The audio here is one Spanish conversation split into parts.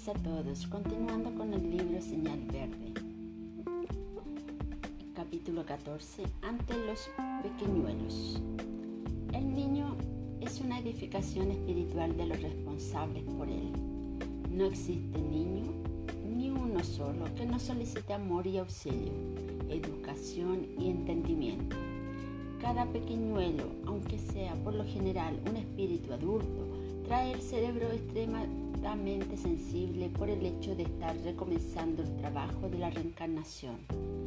días a todos, continuando con el libro Señal Verde. Capítulo 14. Ante los pequeñuelos. El niño es una edificación espiritual de los responsables por él. No existe niño, ni uno solo, que no solicite amor y auxilio, educación y entendimiento. Cada pequeñuelo, aunque sea por lo general un espíritu adulto, trae el cerebro extremadamente sensible por el hecho de estar recomenzando el trabajo de la reencarnación,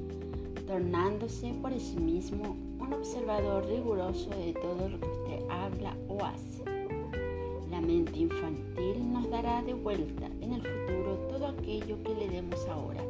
tornándose por sí mismo un observador riguroso de todo lo que usted habla o hace. La mente infantil nos dará de vuelta en el futuro todo aquello que le demos ahora.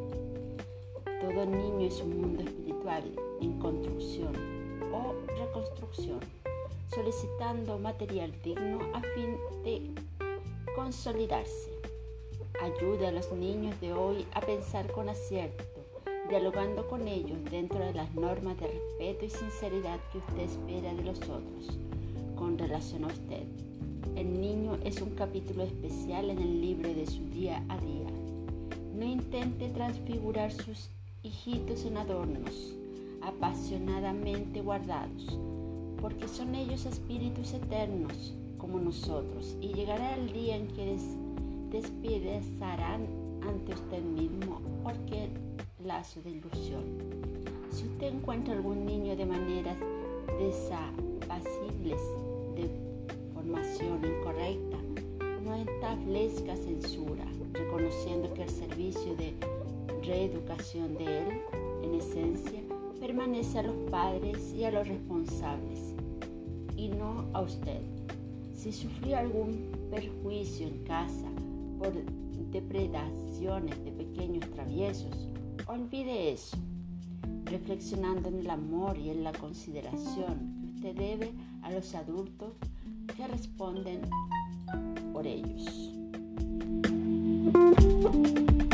Todo niño es un mundo espiritual en construcción o reconstrucción, solicitando material digno a fin de consolidarse. Ayude a los niños de hoy a pensar con acierto, dialogando con ellos dentro de las normas de respeto y sinceridad que usted espera de los otros con relación a usted. El niño es un capítulo especial en el libro de su día a día. No intente transfigurar sus hijitos en adornos apasionadamente guardados, porque son ellos espíritus eternos como nosotros, y llegará el día en que despedazarán ante usted mismo cualquier lazo de ilusión. Si usted encuentra algún niño de maneras desapacibles, de formación incorrecta, no establezca censura, reconociendo que el servicio de reeducación de él, en esencia, permanece a los padres y a los responsables, y no a usted. Si sufrió algún perjuicio en casa por depredaciones de pequeños traviesos, olvide eso, reflexionando en el amor y en la consideración que usted debe a los adultos que responden por ellos.